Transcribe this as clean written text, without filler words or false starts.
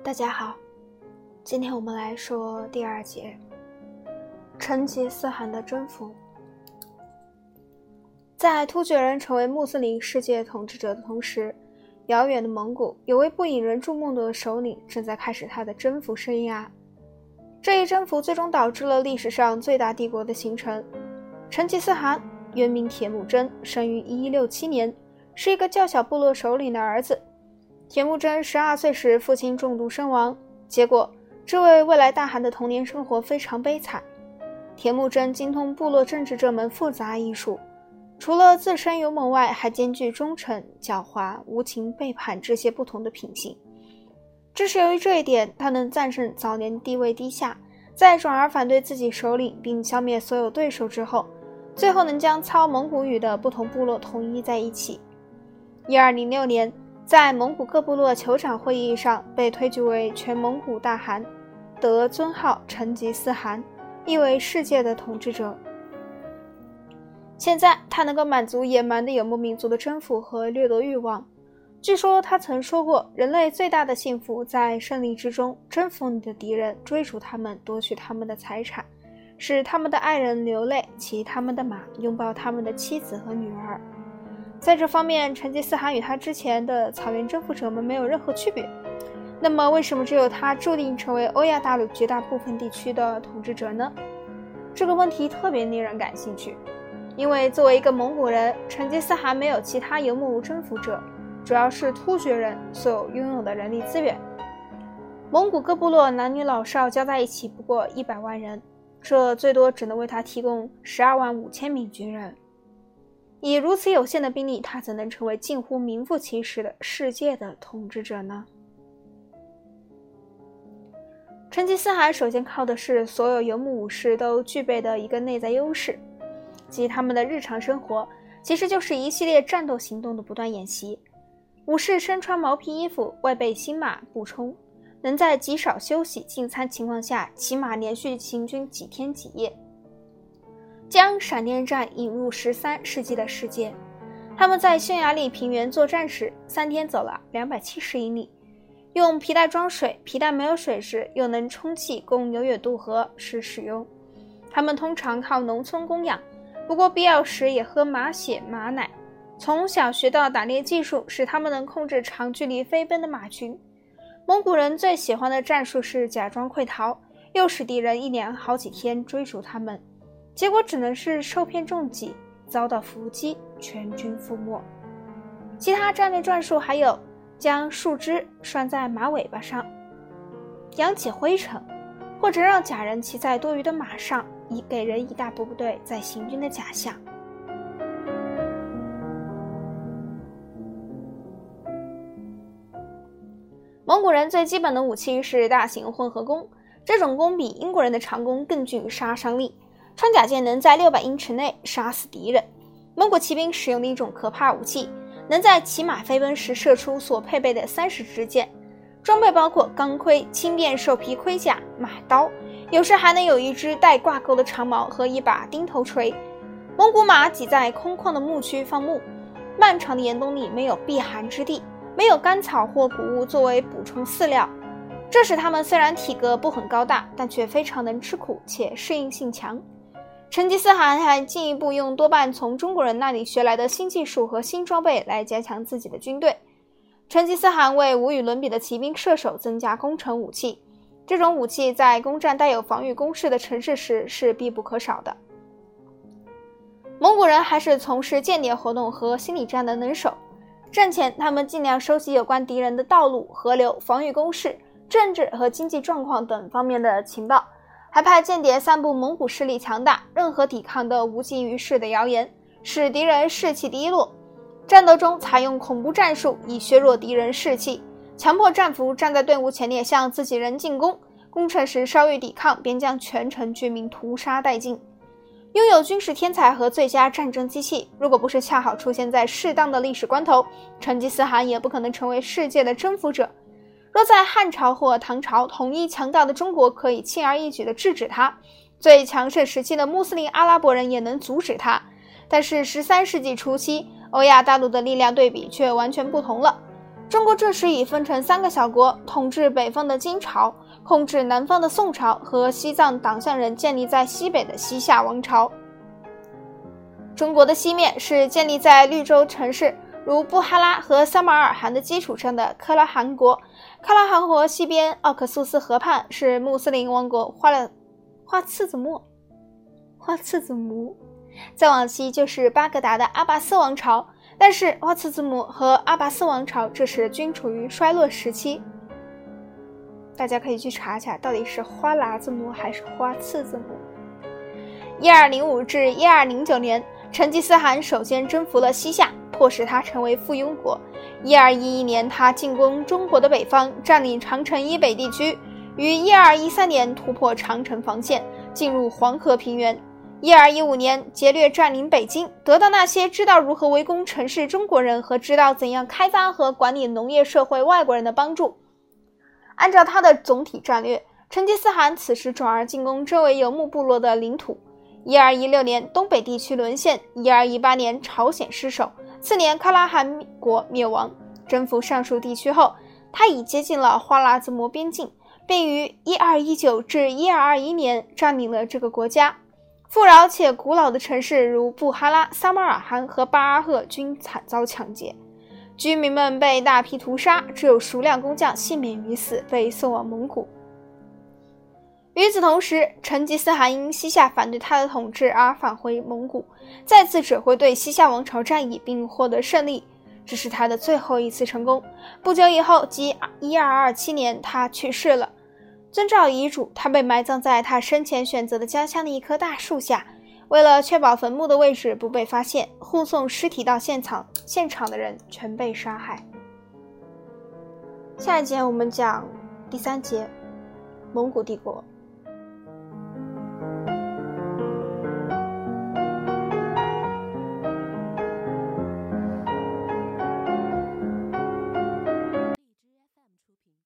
大家好，今天我们来说第二节，成吉思汗的征服。在突厥人成为穆斯林世界统治者的同时，遥远的蒙古有位不引人注目的首领正在开始他的征服生涯。这一征服最终导致了历史上最大帝国的形成。成吉思汗原名铁木真，生于1167年，是一个较小部落首领的儿子。铁木真12岁时父亲中毒身亡，结果这位未来大汗的童年生活非常悲惨。铁木真精通部落政治这门复杂艺术，除了自身勇猛外，还兼具忠诚、狡猾、无情、背叛这些不同的品性。正是由于这一点，他能战胜早年地位低下，在转而反对自己首领并消灭所有对手之后，最后能将操蒙古语的不同部落统一在一起。1206年，在蒙古各部落酋长会议上被推举为全蒙古大汗，得尊号成吉思汗，意为世界的统治者。现在他能够满足野蛮的游牧民族的征服和掠夺欲望。据说他曾说过，人类最大的幸福在胜利之中，征服你的敌人，追逐他们，夺取他们的财产，使他们的爱人流泪，骑他们的马，拥抱他们的妻子和女儿。在这方面，成吉思汗与他之前的草原征服者们没有任何区别。那么为什么只有他注定成为欧亚大陆绝大部分地区的统治者呢？这个问题特别令人感兴趣，因为作为一个蒙古人，成吉思汗没有其他游牧征服者，主要是突厥人所拥有的人力资源。蒙古各部落男女老少加在一起不过100万人，这最多只能为他提供12万5千名军人。以如此有限的兵力，他怎能成为近乎名副其实的世界的统治者呢？成吉思汗首先靠的是所有游牧武士都具备的一个内在优势，即他们的日常生活其实就是一系列战斗行动的不断演习。武士身穿毛皮衣服，外备新马补充，能在极少休息进餐情况下骑马连续行军几天几夜，将闪电战引入13世纪的世界。他们在匈牙利平原作战时，3天走了270英里，用皮带装水，皮带没有水时又能充气供牛远渡河时使用。他们通常靠农村供养，不过必要时也喝马血马奶。从小学到打猎技术，使他们能控制长距离飞奔的马群。蒙古人最喜欢的战术是假装溃逃，诱使敌人一连好几天追逐他们，结果只能是受骗中计，遭到伏击，全军覆没。其他战略战术还有将树枝拴在马尾巴上，扬起灰尘，或者让假人骑在多余的马上，以给人一大部队在行军的假象。蒙古人最基本的武器是大型混合弓，这种弓比英国人的长弓更具杀伤力，穿甲舰能在600英尺内杀死敌人。蒙古骑兵使用的一种可怕武器，能在骑马飞奔时射出所配备的30支箭，装备包括钢盔、轻便兽皮盔甲、马刀，有时还能有一支带挂钩的长矛和一把钉头锤。蒙古马挤在空旷的牧区放牧，漫长的严冬里没有避寒之地，没有干草或谷物作为补充饲料，这使他们虽然体格不很高大，但却非常能吃苦且适应性强。成吉思汗还进一步用多半从中国人那里学来的新技术和新装备来加强自己的军队。成吉思汗为无与伦比的骑兵射手增加工程武器，这种武器在攻占带有防御工事的城市时是必不可少的。蒙古人还是从事间谍活动和心理战的能手，战前他们尽量收集有关敌人的道路、河流、防御工事、政治和经济状况等方面的情报，还派间谍散布蒙古势力强大、任何抵抗都无济于事的谣言，使敌人士气低落。战斗中采用恐怖战术以削弱敌人士气，强迫战俘站在队伍前列向自己人进攻，攻城时稍欲抵抗便将全城居民屠杀殆尽。拥有军事天才和最佳战争机器，如果不是恰好出现在适当的历史关头，成吉思汗也不可能成为世界的征服者。若在汉朝或唐朝，统一强大的中国可以轻而易举地制止他，最强盛时期的穆斯林阿拉伯人也能阻止他，但是13世纪初期，欧亚大陆的力量对比却完全不同了。 中国这时已分成3个小国，统治北方的金朝，控制南方的宋朝和西藏党项人建立在西北的西夏王朝。中国的西面是建立在绿洲城市如布哈拉和撒马尔罕的基础上的克拉汗国。克拉汗国西边奥克苏斯河畔是穆斯林王国花剌子模，再往西就是巴格达的阿拔斯王朝，但是花剌子模和阿拔斯王朝这时均处于衰落时期。大家可以去查一下到底是花剌子模还是花剌子模。1205至1209年，成吉思汗首先征服了西夏，迫使他成为附庸国。1211年，他进攻中国的北方，占领长城以北地区，于1213年突破长城防线，进入黄河平原。1215年，劫掠占领北京，得到那些知道如何围攻城市中国人和知道怎样开发和管理农业社会外国人的帮助。按照他的总体战略，成吉思汗此时转而进攻周围游牧部落的领土。1216年，东北地区沦陷；1218年，朝鲜失守。次年，克拉汗国灭亡。征服上述地区后，他已接近了花剌子模边境，并于1219至1221年占领了这个国家。富饶且古老的城市如布哈拉、撒马尔罕和巴阿赫均惨遭抢劫，居民们被大批屠杀，只有数量工匠幸免于死，被送往蒙古。与此同时，成吉思汗因西夏反对他的统治而返回蒙古，再次指挥对西夏王朝战役并获得胜利，这是他的最后一次成功。不久以后，即1227年，他去世了。遵照遗嘱，他被埋葬在他生前选择的家乡的一棵大树下。为了确保坟墓的位置不被发现，护送尸体到现场的人全被杀害。下一节我们讲第3节，蒙古帝国。